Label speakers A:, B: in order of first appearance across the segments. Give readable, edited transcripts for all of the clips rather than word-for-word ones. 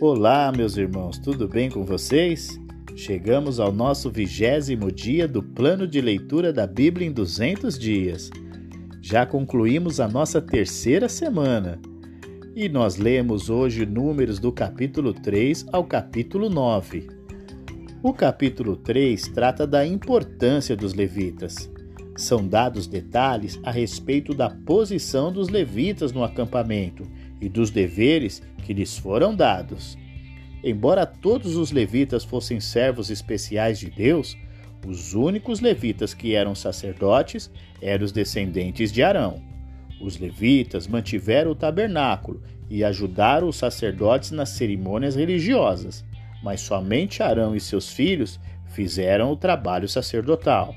A: Olá, meus irmãos, tudo bem com vocês? Chegamos ao nosso 20º dia do plano de leitura da Bíblia em 200 dias. Já concluímos a nossa terceira semana e nós lemos hoje números do capítulo 3 ao capítulo 9. O capítulo 3 trata da importância dos levitas. São dados detalhes a respeito da posição dos levitas no acampamento e dos deveres que lhes foram dados. Embora todos os levitas fossem servos especiais de Deus, os únicos levitas que eram sacerdotes eram os descendentes de Arão. Os levitas mantiveram o tabernáculo e ajudaram os sacerdotes nas cerimônias religiosas, mas somente Arão e seus filhos fizeram o trabalho sacerdotal.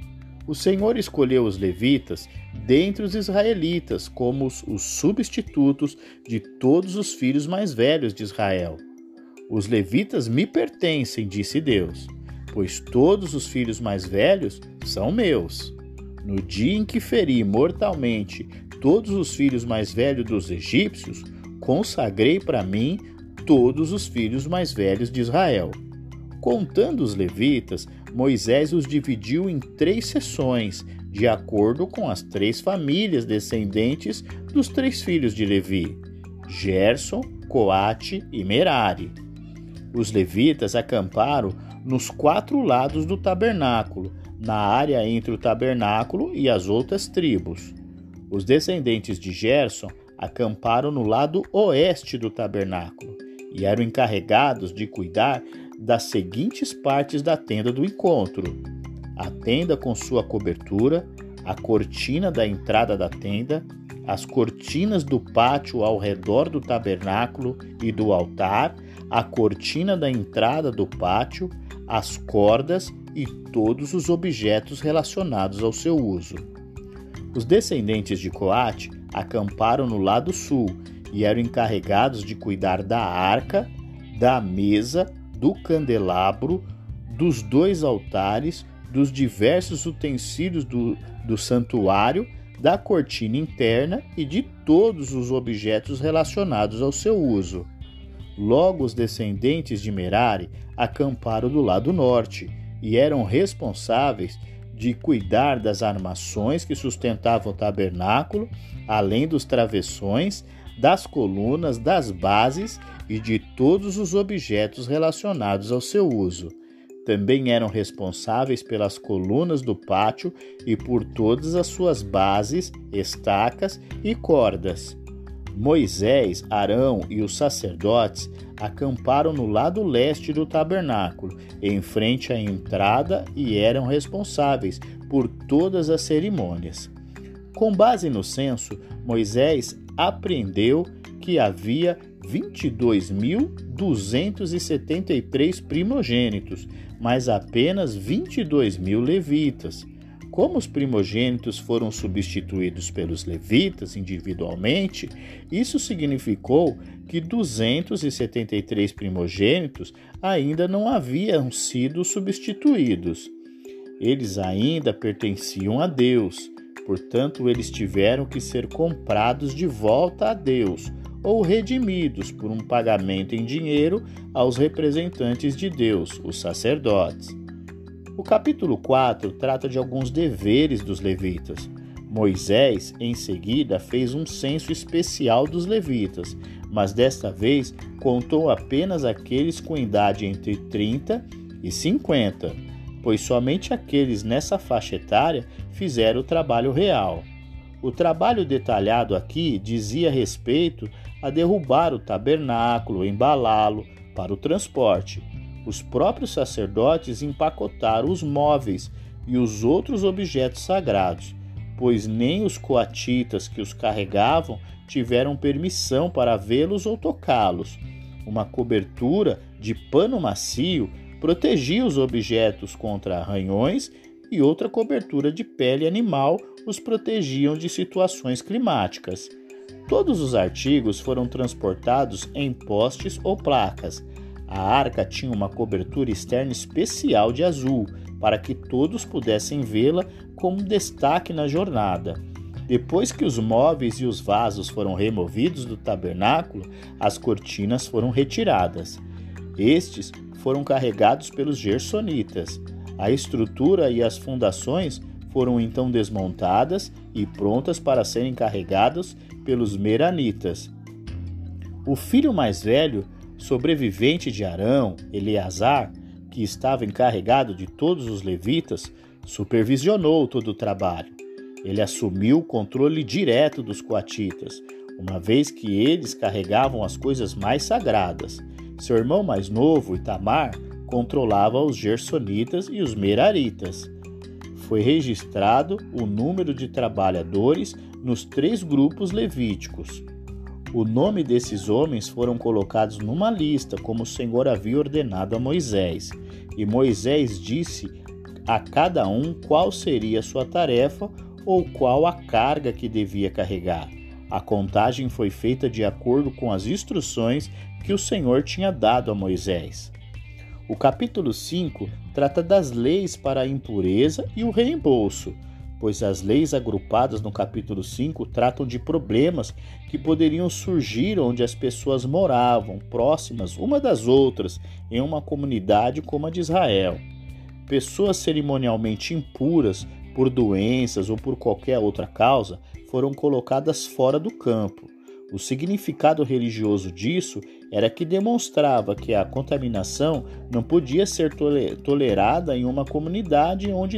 A: O Senhor escolheu os levitas dentre os israelitas como os substitutos de todos os filhos mais velhos de Israel. Os levitas me pertencem, disse Deus, pois todos os filhos mais velhos são meus. No dia em que feri mortalmente todos os filhos mais velhos dos egípcios, consagrei para mim todos os filhos mais velhos de Israel. Contando os levitas, Moisés os dividiu em 3 seções, de acordo com as 3 famílias descendentes dos 3 filhos de Levi, Gerson, Coate e Merari. Os levitas acamparam nos 4 lados do tabernáculo, na área entre o tabernáculo e as outras tribos. Os descendentes de Gerson acamparam no lado oeste do tabernáculo e eram encarregados de cuidar das seguintes partes da tenda do encontro: a tenda com sua cobertura, a cortina da entrada da tenda, as cortinas do pátio ao redor do tabernáculo e do altar, a cortina da entrada do pátio, as cordas e todos os objetos relacionados ao seu uso. Os descendentes de Coate acamparam no lado sul e eram encarregados de cuidar da arca, da mesa, do candelabro, dos 2 altares, dos diversos utensílios do santuário, da cortina interna e de todos os objetos relacionados ao seu uso. Logo, os descendentes de Merari acamparam do lado norte e eram responsáveis de cuidar das armações que sustentavam o tabernáculo, além dos travessões, das colunas, das bases e de todos os objetos relacionados ao seu uso. Também eram responsáveis pelas colunas do pátio e por todas as suas bases, estacas e cordas. Moisés, Arão e os sacerdotes acamparam no lado leste do tabernáculo, em frente à entrada, e eram responsáveis por todas as cerimônias. Com base no censo, Moisés aprendeu que havia 22.273 primogênitos, mas apenas 22.000 levitas. Como os primogênitos foram substituídos pelos levitas individualmente, isso significou que 273 primogênitos ainda não haviam sido substituídos. Eles ainda pertenciam a Deus, portanto, eles tiveram que ser comprados de volta a Deus ou redimidos por um pagamento em dinheiro aos representantes de Deus, os sacerdotes. O capítulo 4 trata de alguns deveres dos levitas. Moisés, em seguida, fez um censo especial dos levitas, mas desta vez contou apenas aqueles com idade entre 30 e 50, pois somente aqueles nessa faixa etária fizeram o trabalho real. O trabalho detalhado aqui dizia respeito a derrubar o tabernáculo, embalá-lo para o transporte. Os próprios sacerdotes empacotaram os móveis e os outros objetos sagrados, pois nem os coatitas que os carregavam tiveram permissão para vê-los ou tocá-los. Uma cobertura de pano macio protegia os objetos contra arranhões e outra cobertura de pele animal os protegiam de situações climáticas. Todos os artigos foram transportados em postes ou placas. A arca tinha uma cobertura externa especial de azul, para que todos pudessem vê-la como destaque na jornada. Depois que os móveis e os vasos foram removidos do tabernáculo, as cortinas foram retiradas. Estes foram carregados pelos gersonitas. A estrutura e as fundações foram então desmontadas e prontas para serem carregadas pelos meranitas. O filho mais velho, sobrevivente de Arão, Eleazar, que estava encarregado de todos os levitas, supervisionou todo o trabalho. Ele assumiu o controle direto dos coatitas, uma vez que eles carregavam as coisas mais sagradas. Seu irmão mais novo, Itamar, controlava os gersonitas e os meraritas. Foi registrado o número de trabalhadores nos 3 grupos levíticos. O nome desses homens foram colocados numa lista, como o Senhor havia ordenado a Moisés. E Moisés disse a cada um qual seria a sua tarefa ou qual a carga que devia carregar. A contagem foi feita de acordo com as instruções que o Senhor tinha dado a Moisés. O capítulo 5 trata das leis para a impureza e o reembolso, pois as leis agrupadas no capítulo 5 tratam de problemas que poderiam surgir onde as pessoas moravam, próximas uma das outras, em uma comunidade como a de Israel. Pessoas cerimonialmente impuras por doenças ou por qualquer outra causa foram colocadas fora do campo. O significado religioso disso era que demonstrava que a contaminação não podia ser tolerada em uma comunidade onde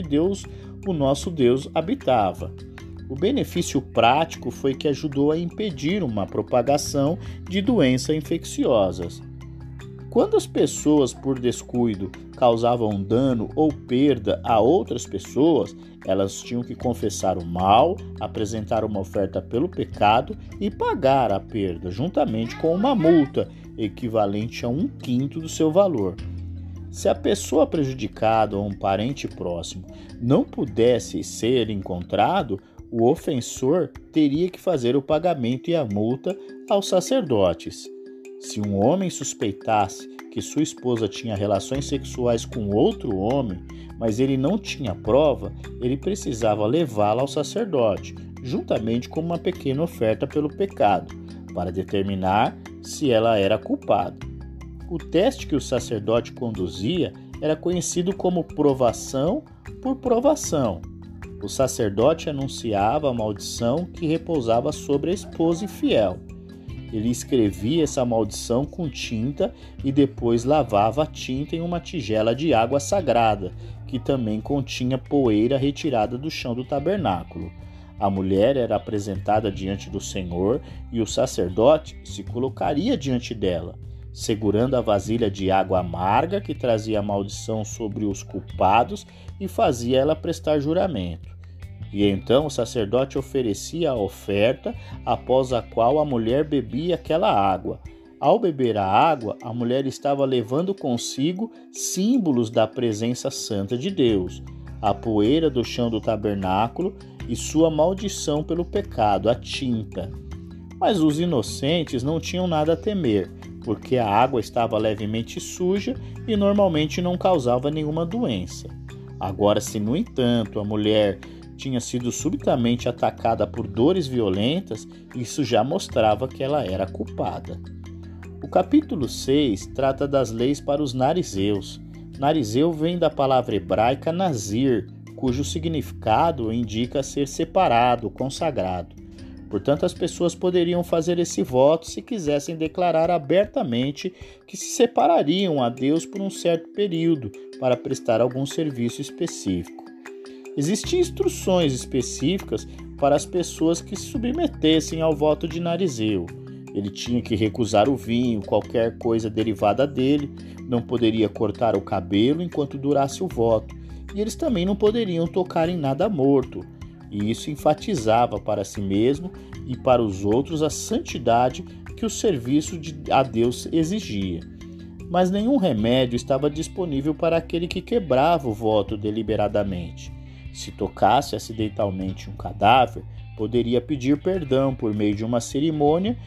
A: o nosso Deus, habitava. O benefício prático foi que ajudou a impedir uma propagação de doenças infecciosas. Quando as pessoas, por descuido, causavam dano ou perda a outras pessoas, elas tinham que confessar o mal, apresentar uma oferta pelo pecado e pagar a perda, juntamente com uma multa equivalente a 1/5 do seu valor. Se a pessoa prejudicada ou um parente próximo não pudesse ser encontrado, o ofensor teria que fazer o pagamento e a multa aos sacerdotes. Se um homem suspeitasse que sua esposa tinha relações sexuais com outro homem, mas ele não tinha prova, ele precisava levá-la ao sacerdote, juntamente com uma pequena oferta pelo pecado, para determinar se ela era culpada. O teste que o sacerdote conduzia era conhecido como provação por provação. O sacerdote anunciava a maldição que repousava sobre a esposa infiel. Ele escrevia essa maldição com tinta e depois lavava a tinta em uma tigela de água sagrada, que também continha poeira retirada do chão do tabernáculo. A mulher era apresentada diante do Senhor e o sacerdote se colocaria diante dela, segurando a vasilha de água amarga que trazia a maldição sobre os culpados e fazia ela prestar juramento. E então o sacerdote oferecia a oferta, após a qual a mulher bebia aquela água. Ao beber a água, a mulher estava levando consigo símbolos da presença santa de Deus, a poeira do chão do tabernáculo e sua maldição pelo pecado, a tinta. Mas os inocentes não tinham nada a temer, porque a água estava levemente suja e normalmente não causava nenhuma doença. Agora, se no entanto a mulher tinha sido subitamente atacada por dores violentas, isso já mostrava que ela era culpada. O capítulo 6 trata das leis para os narizeus. Narizeu vem da palavra hebraica nazir, cujo significado indica ser separado, consagrado. Portanto, as pessoas poderiam fazer esse voto se quisessem declarar abertamente que se separariam a Deus por um certo período para prestar algum serviço específico. Existiam instruções específicas para as pessoas que se submetessem ao voto de Narizeu. Ele tinha que recusar o vinho, qualquer coisa derivada dele, não poderia cortar o cabelo enquanto durasse o voto, e eles também não poderiam tocar em nada morto. E isso enfatizava para si mesmo e para os outros a santidade que o serviço a Deus exigia. Mas nenhum remédio estava disponível para aquele que quebrava o voto deliberadamente. Se tocasse acidentalmente um cadáver, poderia pedir perdão por meio de uma cerimônia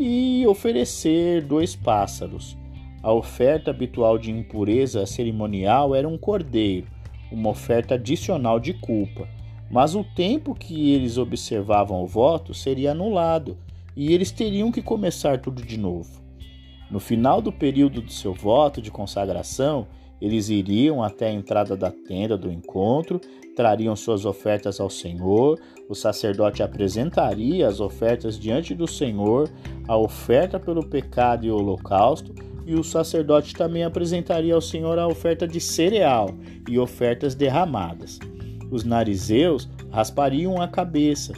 A: e oferecer 2 pássaros. A oferta habitual de impureza cerimonial era um cordeiro, uma oferta adicional de culpa. Mas o tempo que eles observavam o voto seria anulado e eles teriam que começar tudo de novo. No final do período do seu voto de consagração, eles iriam até a entrada da tenda do encontro, trariam suas ofertas ao Senhor, o sacerdote apresentaria as ofertas diante do Senhor, a oferta pelo pecado e o holocausto, e o sacerdote também apresentaria ao Senhor a oferta de cereal e ofertas derramadas. Os narizeus raspariam a cabeça.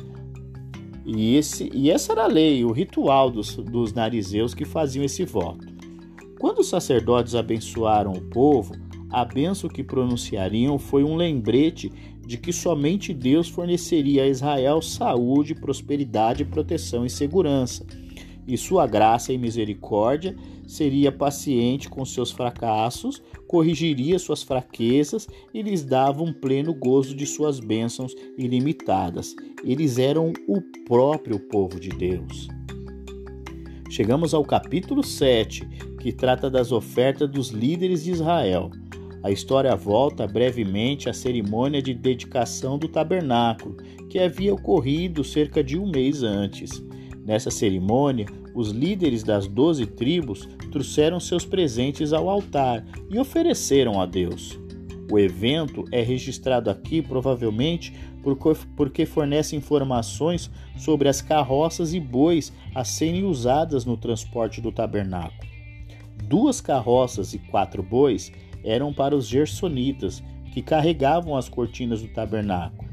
A: E essa era a lei, o ritual dos narizeus que faziam esse voto. Quando os sacerdotes abençoaram o povo, a bênção que pronunciariam foi um lembrete de que somente Deus forneceria a Israel saúde, prosperidade, proteção e segurança. E sua graça e misericórdia seria paciente com seus fracassos, corrigiria suas fraquezas e lhes dava um pleno gozo de suas bênçãos ilimitadas. Eles eram o próprio povo de Deus. Chegamos ao capítulo 7, que trata das ofertas dos líderes de Israel. A história volta brevemente à cerimônia de dedicação do tabernáculo, que havia ocorrido cerca de um mês antes. Nessa cerimônia, os líderes das 12 tribos trouxeram seus presentes ao altar e ofereceram a Deus. O evento é registrado aqui provavelmente porque fornece informações sobre as carroças e bois a serem usadas no transporte do tabernáculo. 2 carroças e 4 bois eram para os gersonitas, que carregavam as cortinas do tabernáculo.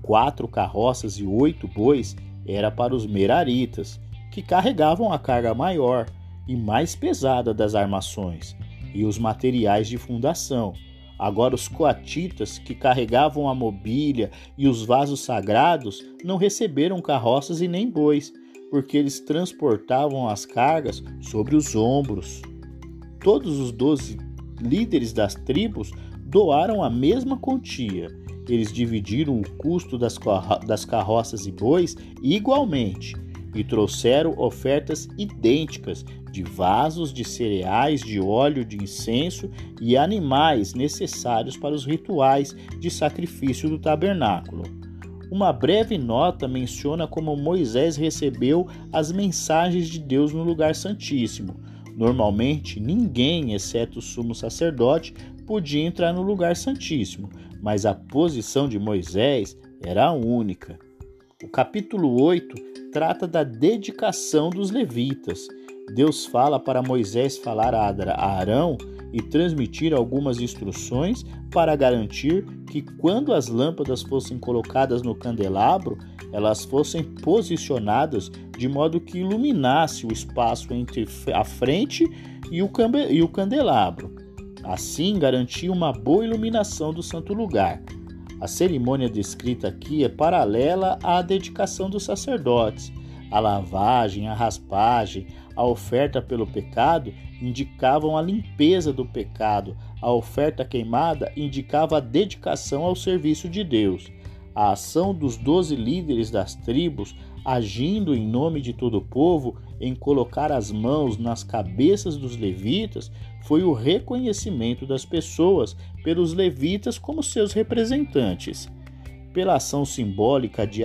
A: 4 carroças e 8 bois era para os meraritas, que carregavam a carga maior e mais pesada das armações e os materiais de fundação. Agora os coatitas, que carregavam a mobília e os vasos sagrados, não receberam carroças e nem bois, porque eles transportavam as cargas sobre os ombros. Todos os 12 líderes das tribos doaram a mesma quantia. Eles dividiram o custo das carroças e bois igualmente e trouxeram ofertas idênticas de vasos, de cereais, de óleo, de incenso e animais necessários para os rituais de sacrifício do tabernáculo. Uma breve nota menciona como Moisés recebeu as mensagens de Deus no lugar santíssimo. Normalmente, ninguém, exceto o sumo sacerdote, podia entrar no lugar santíssimo, mas a posição de Moisés era a única. O capítulo 8 trata da dedicação dos levitas. Deus fala para Moisés falar a Arão e transmitir algumas instruções para garantir que quando as lâmpadas fossem colocadas no candelabro, elas fossem posicionadas de modo que iluminasse o espaço entre a frente e o candelabro. Assim, garantia uma boa iluminação do santo lugar. A cerimônia descrita aqui é paralela à dedicação dos sacerdotes. A lavagem, a raspagem, a oferta pelo pecado indicavam a limpeza do pecado. A oferta queimada indicava a dedicação ao serviço de Deus. A ação dos 12 líderes das tribos, agindo em nome de todo o povo, em colocar as mãos nas cabeças dos levitas, foi o reconhecimento das pessoas pelos levitas como seus representantes. Pela ação simbólica de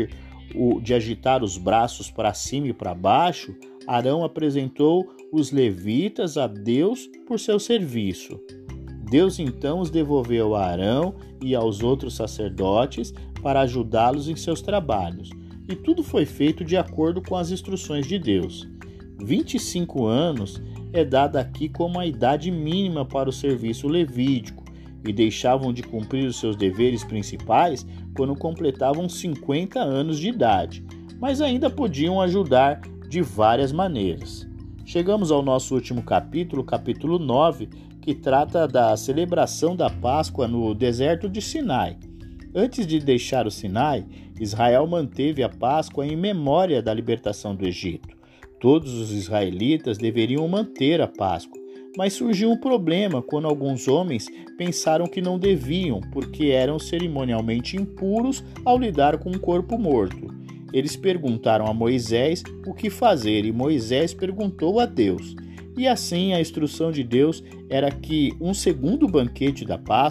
A: agitar os braços para cima e para baixo, Arão apresentou os levitas a Deus por seu serviço. Deus então os devolveu a Arão e aos outros sacerdotes para ajudá-los em seus trabalhos. E tudo foi feito de acordo com as instruções de Deus. 25 anos é dada aqui como a idade mínima para o serviço levítico, e deixavam de cumprir os seus deveres principais quando completavam 50 anos de idade, mas ainda podiam ajudar de várias maneiras. Chegamos ao nosso último capítulo, capítulo 9, que trata da celebração da Páscoa no deserto de Sinai. Antes de deixar o Sinai, Israel manteve a Páscoa em memória da libertação do Egito. Todos os israelitas deveriam manter a Páscoa, mas surgiu um problema quando alguns homens pensaram que não deviam, porque eram cerimonialmente impuros ao lidar com um corpo morto. Eles perguntaram a Moisés o que fazer e Moisés perguntou a Deus. E assim a instrução de Deus era que um segundo banquete da Páscoa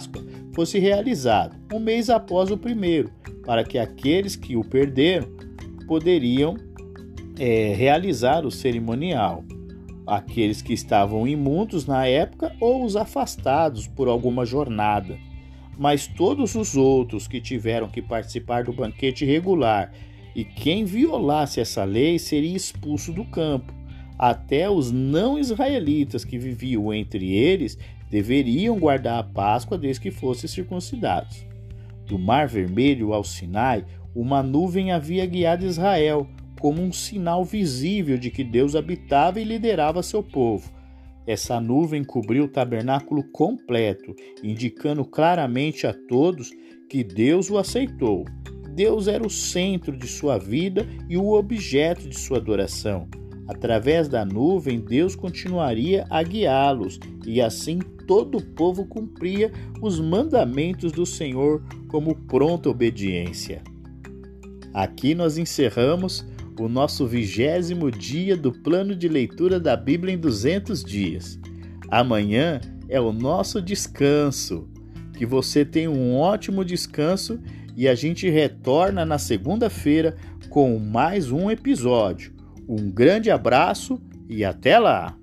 A: fosse realizado um mês após o primeiro, para que aqueles que o perderam poderiam realizar o cerimonial. Aqueles que estavam imundos na época ou os afastados por alguma jornada. Mas todos os outros que tiveram que participar do banquete regular e quem violasse essa lei seria expulso do campo. Até os não-israelitas que viviam entre eles deveriam guardar a Páscoa desde que fossem circuncidados. Do Mar Vermelho ao Sinai, uma nuvem havia guiado Israel, como um sinal visível de que Deus habitava e liderava seu povo. Essa nuvem cobriu o tabernáculo completo, indicando claramente a todos que Deus o aceitou. Deus era o centro de sua vida e o objeto de sua adoração. Através da nuvem, Deus continuaria a guiá-los, e assim todo o povo cumpria os mandamentos do Senhor como pronta obediência. Aqui nós encerramos o nosso 20º dia do plano de leitura da Bíblia em 200 dias. Amanhã é o nosso descanso. Que você tenha um ótimo descanso e a gente retorna na segunda-feira com mais um episódio. Um grande abraço e até lá!